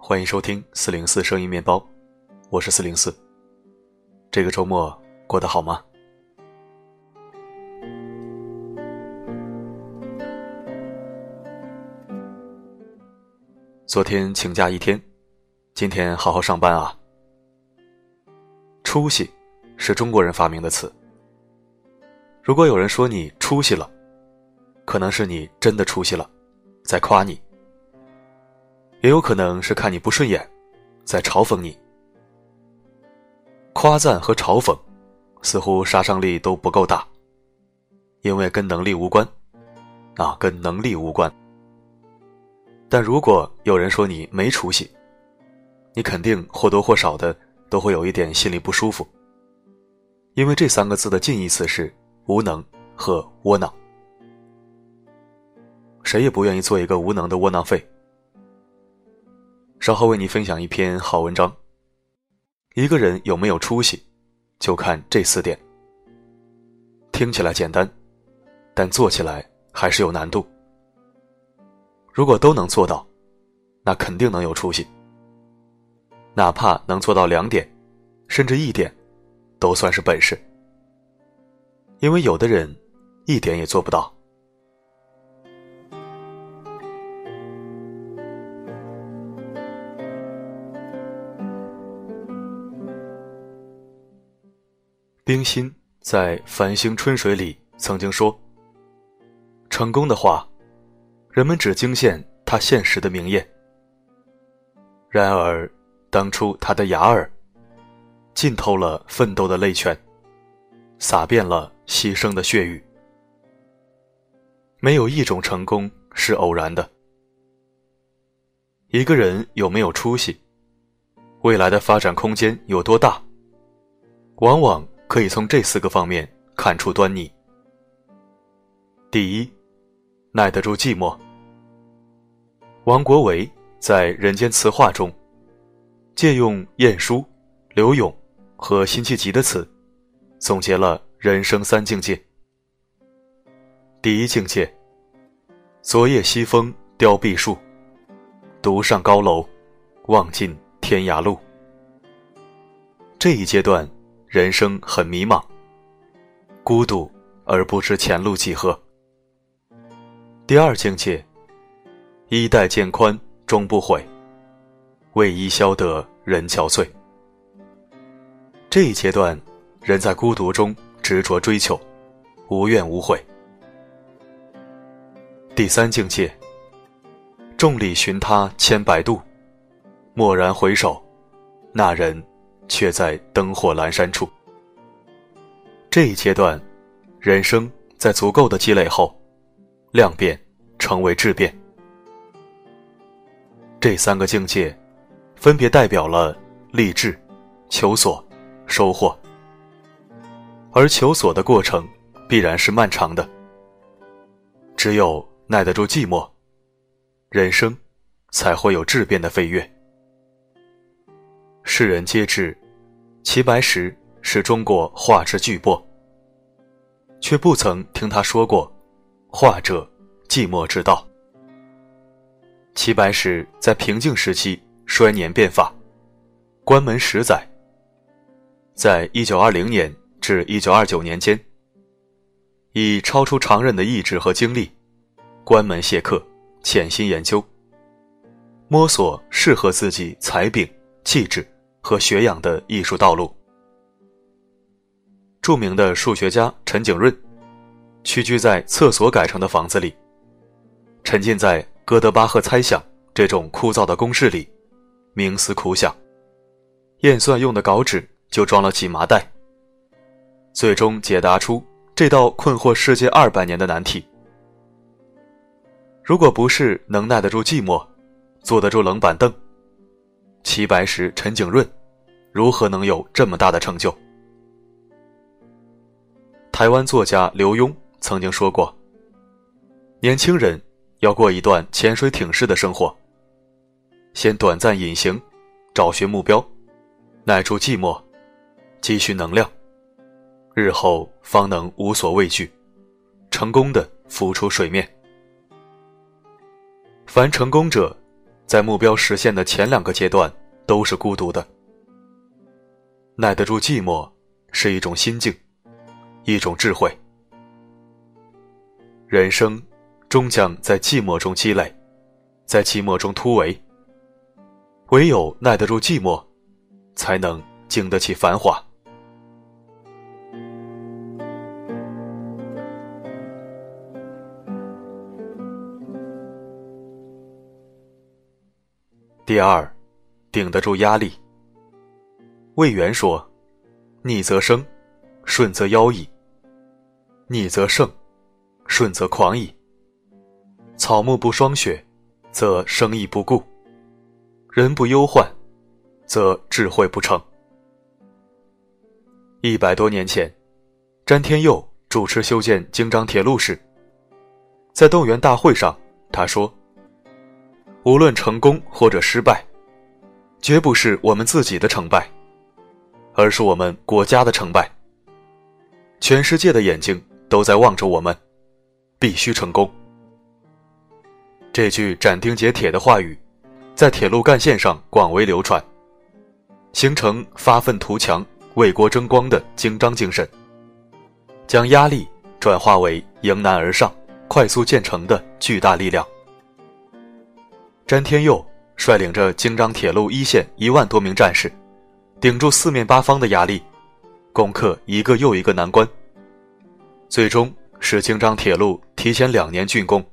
欢迎收听404声音面包，我是404。这个周末过得好吗？昨天请假一天，今天好好上班啊。出息是中国人发明的词。如果有人说你出息了，可能是你真的出息了，在夸你。也有可能是看你不顺眼，在嘲讽你。夸赞和嘲讽似乎杀伤力都不够大，因为跟能力无关跟能力无关。但如果有人说你没出息，你肯定或多或少的都会有一点心里不舒服，因为这3个字的近义词是无能和窝囊。谁也不愿意做一个无能的窝囊废。稍后为你分享一篇好文章。一个人有没有出息，就看这4点。听起来简单，但做起来还是有难度。如果都能做到，那肯定能有出息。哪怕能做到2点，甚至1点，都算是本事。因为有的人1点也做不到。冰心在《繁星春水》里曾经说，成功的话，人们只惊现他现实的明艳，然而当初他的芽儿浸透了奋斗的泪泉，洒遍了牺牲的血雨。没有一种成功是偶然的。一个人有没有出息，未来的发展空间有多大，往往可以从这4个方面看出端倪。第一，耐得住寂寞。王国维在《人间词话》中，借用晏殊、柳永和辛弃疾的词，总结了人生3境界。第一境界，昨夜西风凋碧树，独上高楼，望尽天涯路。这一阶段人生很迷茫，孤独而不知前路几何。第二境界，衣带渐宽终不悔，为伊消得人憔悴。这一阶段人在孤独中执着追求，无怨无悔。第三境界，众里寻他千百度，蓦然回首，那人却在灯火阑珊处。这一阶段人生在足够的积累后，量变成为质变。这3个境界分别代表了立志、求索、收获。而求索的过程必然是漫长的，只有耐得住寂寞，人生才会有质变的飞跃。世人皆知齐白石是中国画之巨擘，却不曾听他说过画者寂寞之道。齐白石在平静时期衰年变法，关门10载，在1920年至1929年间，以超出常人的意志和精力，关门谢客，潜心研究，摸索适合自己才禀、气质和学养的艺术道路。著名的数学家陈景润屈居在厕所改成的房子里，沉浸在哥德巴赫猜想这种枯燥的公式里，冥思苦想，验算用的稿纸就装了几麻袋，最终解答出这道困惑世界200年的难题。如果不是能耐得住寂寞，坐得住冷板凳，齐白石、陈景润如何能有这么大的成就？台湾作家刘墉曾经说过，年轻人要过一段潜水艇式的生活，先短暂隐形，找寻目标，耐住寂寞，积蓄能量，日后方能无所畏惧，成功地浮出水面。凡成功者在目标实现的前2个阶段都是孤独的。耐得住寂寞是一种心境，一种智慧。人生终将在寂寞中积累，在寂寞中突围。唯有耐得住寂寞，才能经得起繁华。第2，顶得住压力。魏源说：逆则生，顺则夭矣；逆则盛，顺则狂矣。草木不霜雪，则生意不固；人不忧患，则智慧不成。100多年前，詹天佑主持修建京张铁路时，在动员大会上，他说：无论成功或者失败，绝不是我们自己的成败，而是我们国家的成败。全世界的眼睛都在望着我们，必须成功。这句斩钉截铁的话语在铁路干线上广为流传，形成发愤图强、为国争光的京张精神，将压力转化为迎难而上、快速建成的巨大力量。詹天佑率领着京张铁路一线1万多名战士，顶住四面八方的压力，攻克一个又一个难关，最终使京张铁路提前2年竣工。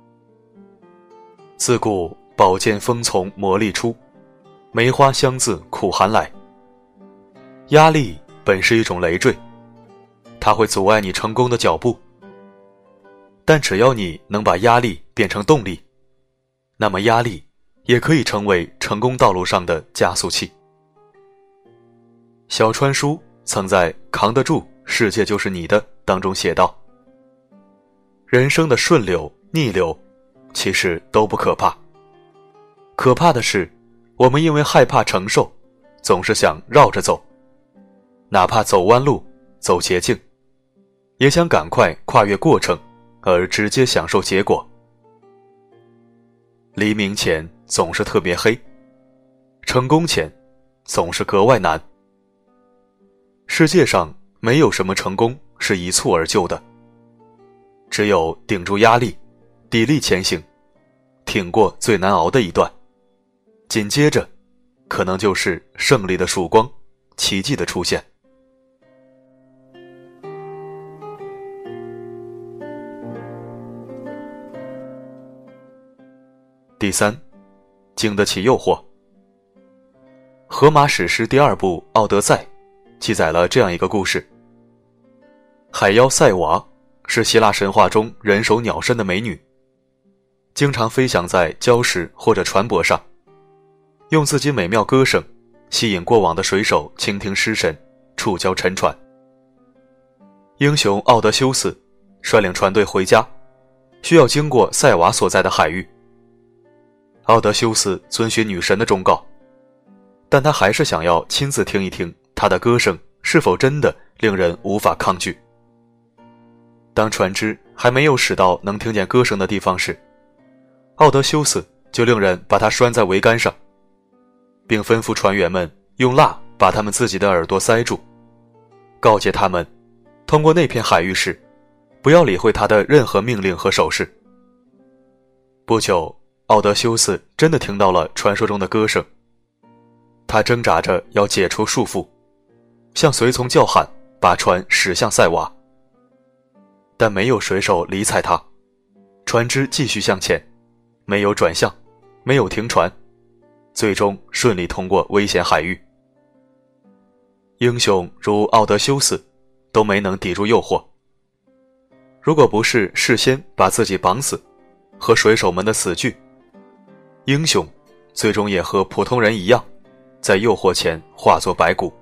自古宝剑锋从磨砺出，梅花香自苦寒来。压力本是一种累赘，它会阻碍你成功的脚步，但只要你能把压力变成动力，那么压力也可以成为成功道路上的加速器。小川书曾在《扛得住，世界就是你的》当中写道：人生的顺流、逆流其实都不可怕，可怕的是我们因为害怕承受，总是想绕着走，哪怕走弯路、走捷径，也想赶快跨越过程而直接享受结果。黎明前总是特别黑，成功前总是格外难。世界上没有什么成功是一蹴而就的，只有顶住压力，砥砺前行，挺过最难熬的一段，紧接着可能就是胜利的曙光，奇迹的出现。第3，经得起诱惑。荷马史诗第2部《奥德赛》记载了这样一个故事：海妖赛娃是希腊神话中人首鸟身的美女，经常飞翔在礁石或者船舶上，用自己美妙歌声吸引过往的水手倾听诗神，触礁沉船。英雄奥德修斯率领船队回家，需要经过赛娃所在的海域。奥德修斯遵循女神的忠告，但他还是想要亲自听一听她的歌声是否真的令人无法抗拒。当船只还没有驶到能听见歌声的地方时，奥德修斯就令人把他拴在桅杆上，并吩咐船员们用蜡把他们自己的耳朵塞住，告诫他们通过那片海域时不要理会他的任何命令和手势。不久，奥德修斯真的听到了传说中的歌声，他挣扎着要解除束缚，向随从叫喊，把船驶向塞瓦。但没有水手理睬他，船只继续向前，没有转向，没有停船，最终顺利通过危险海域。英雄如奥德修斯都没能抵住诱惑，如果不是事先把自己绑死，和水手们的死去，英雄最终也和普通人一样，在诱惑前化作白骨。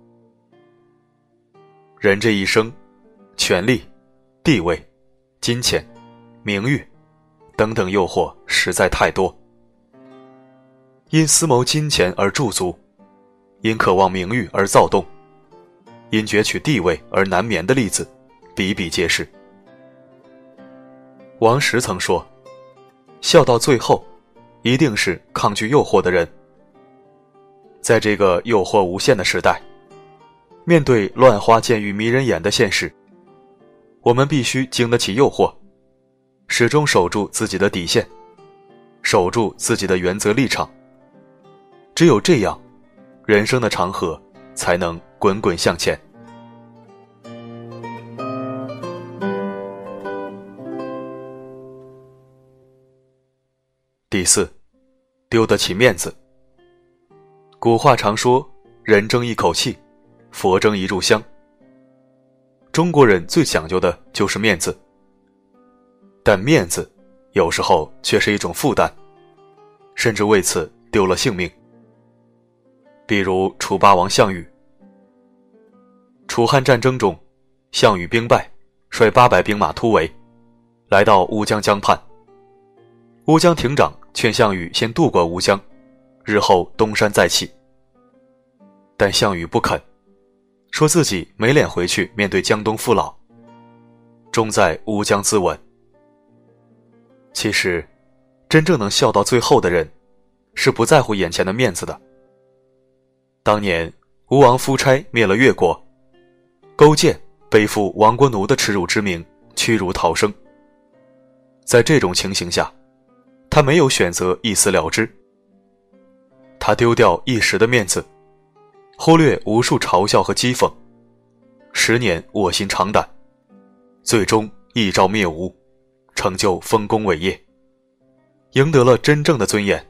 人这一生，权力、地位、金钱、名誉等等诱惑实在太多。因思谋金钱而驻足，因渴望名誉而躁动，因攫取地位而难眠的例子比比皆是。王石曾说，笑到最后， 一定是抗拒诱惑的人。在这个诱惑无限的时代，面对乱花渐欲迷人眼的现实，我们必须经得起诱惑，始终守住自己的底线，守住自己的原则立场。只有这样，人生的长河才能滚滚向前。第四，丢得起面子。古话常说，人争一口气，佛争一炷香。中国人最讲究的就是面子，但面子有时候却是一种负担，甚至为此丢了性命。比如楚霸王项羽。楚汉战争中，项羽兵败，率800兵马突围，来到乌江江畔。乌江亭长劝项羽先渡过乌江，日后东山再起。但项羽不肯，说自己没脸回去面对江东父老，终在乌江自刎。其实，真正能笑到最后的人，是不在乎眼前的面子的。当年吴王夫差灭了越国，勾践背负亡国奴的耻辱之名，屈辱逃生。在这种情形下，他没有选择一死了之，他丢掉一时的面子，忽略无数嘲笑和讥讽，10年卧薪尝胆，最终一朝灭吴，成就丰功伟业，赢得了真正的尊严。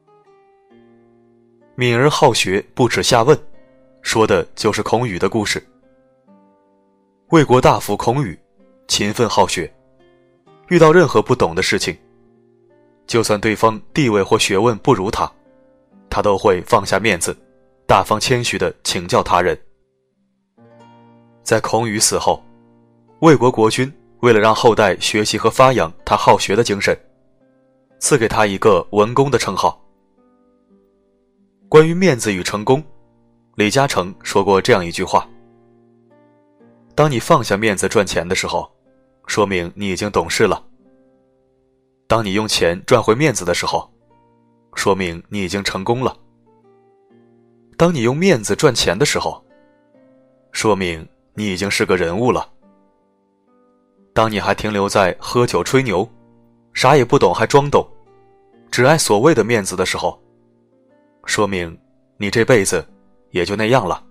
敏而好学，不耻下问，说的就是孔宇的故事。魏国大夫孔宇勤奋好学，遇到任何不懂的事情，就算对方地位或学问不如他，他都会放下面子，大方谦虚地请教他人。在孔宇死后，魏国国君为了让后代学习和发扬他好学的精神，赐给他一个文公的称号。关于面子与成功，李嘉诚说过这样一句话：当你放下面子赚钱的时候，说明你已经懂事了；当你用钱赚回面子的时候，说明你已经成功了；当你用面子赚钱的时候，说明你已经是个人物了；当你还停留在喝酒吹牛，啥也不懂还装懂，只爱所谓的面子的时候，说明你这辈子也就那样了。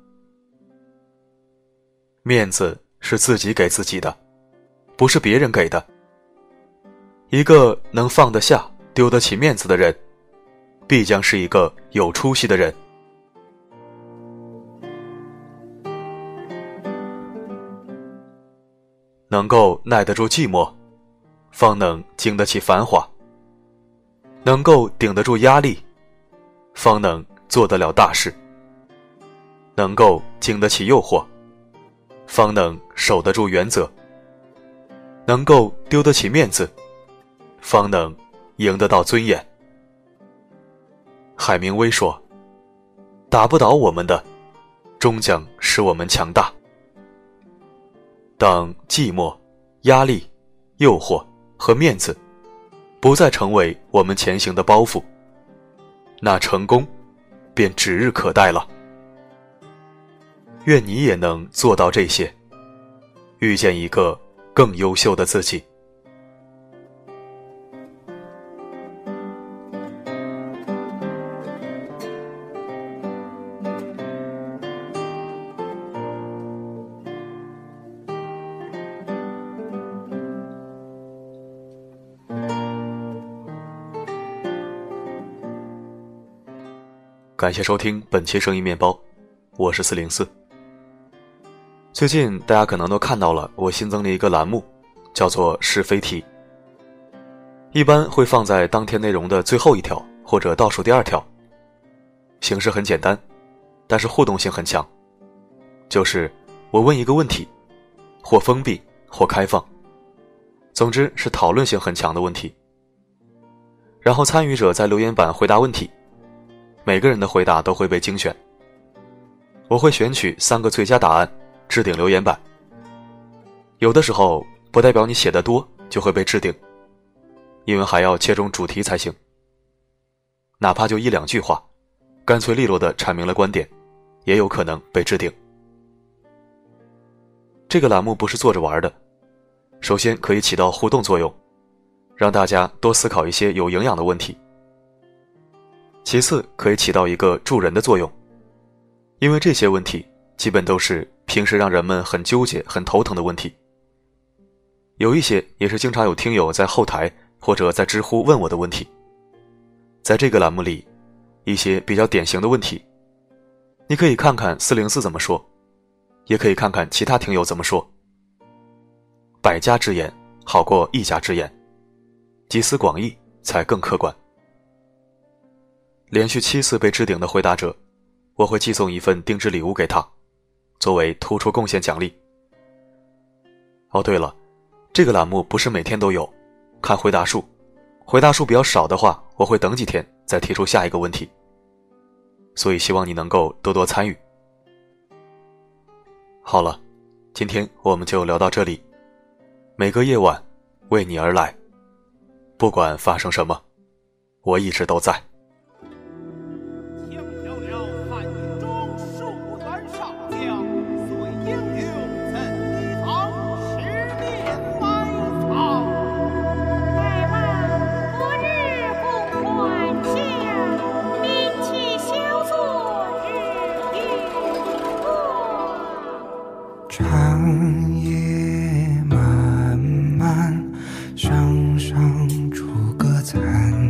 面子是自己给自己的，不是别人给的。一个能放得下、丢得起面子的人，必将是一个有出息的人。能够耐得住寂寞，方能经得起繁华；能够顶得住压力，方能做得了大事；能够经得起诱惑，方能守得住原则；能够丢得起面子，方能赢得到尊严。海明威说，打不倒我们的，终将使我们强大。当寂寞、压力、诱惑和面子不再成为我们前行的包袱，那成功便指日可待了。愿你也能做到这些，遇见一个更优秀的自己。感谢收听本期声音面包，我是404。最近大家可能都看到了我新增的一个栏目，叫做是非题。一般会放在当天内容的最后一条或者倒数第2条。形式很简单，但是互动性很强。就是我问一个问题，或封闭或开放，总之是讨论性很强的问题。然后参与者在留言板回答问题，每个人的回答都会被精选。我会选取3个最佳答案置顶留言板。有的时候不代表你写得多就会被置顶，因为还要切中主题才行。 哪怕就一两句话，干脆利落地阐明了观点，也有可能被置顶。这个栏目不是做着玩的，首先可以起到互动作用，让大家多思考一些有营养的问题。其次可以起到一个助人的作用，因为这些问题基本都是平时让人们很纠结很头疼的问题，有一些也是经常有听友在后台或者在知乎问我的问题。在这个栏目里，一些比较典型的问题，你可以看看404怎么说，也可以看看其他听友怎么说。百家之言好过一家之言，集思广益才更客观。连续7次被置顶的回答者，我会寄送一份定制礼物给他，作为突出贡献奖励。哦对了，这个栏目不是每天都有，看回答数，回答数比较少的话，我会等几天再提出下一个问题，所以希望你能够多多参与。好了，今天我们就聊到这里。每个夜晚为你而来，不管发生什么，我一直都在。 长夜漫漫，上出歌残，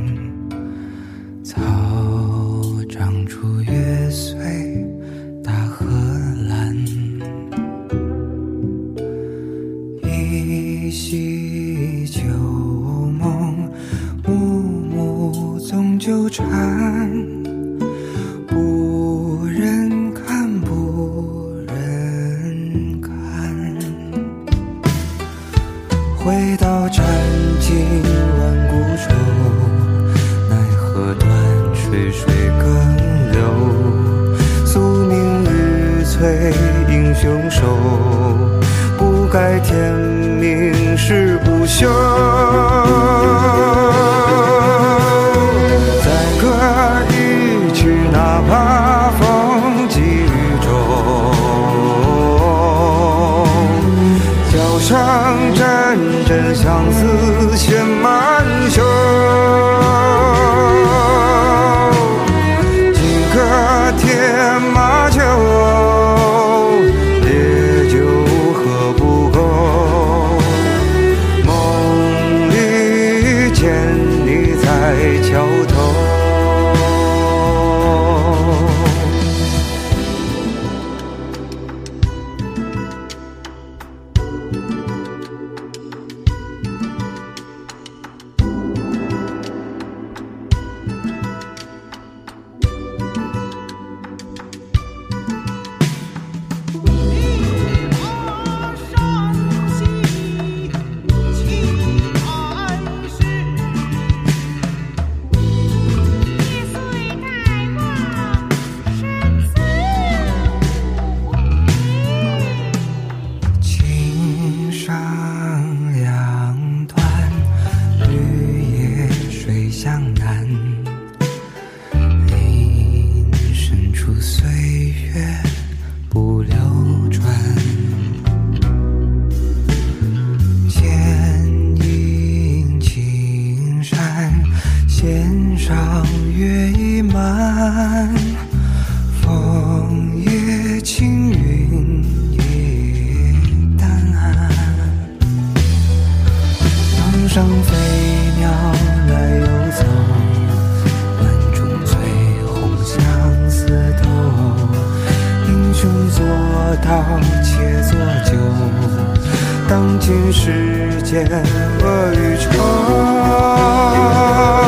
草长出月碎大河蓝，依稀旧梦，暮暮总纠缠，不忍看不忍看，回到斩尽万古愁，奈何断水水更流，宿命日催英雄手，不改天命誓不休，再歌一曲哪怕风几宇宙，脚上阵阵相思牵满袖，金戈铁马酒，烈酒喝不够，梦里见你在桥头。弦上月已满，枫叶轻云也淡暗，江上飞鸟来又走，暗中醉红相思斗，英雄做到且做酒，当今世间恶与仇，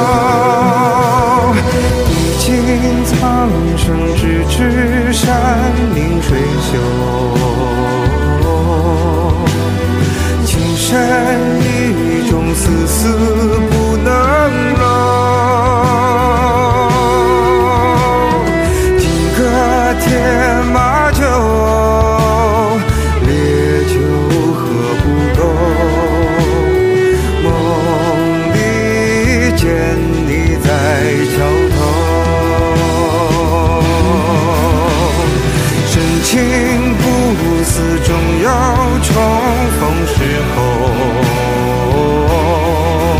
历经苍生咫尺山明水秀，情深意重丝丝不能漏，金戈铁马酒，烈酒喝不够，梦里见你在桥头。 终有重逢时候。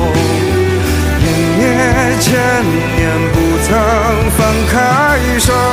湮灭千年不曾放开手。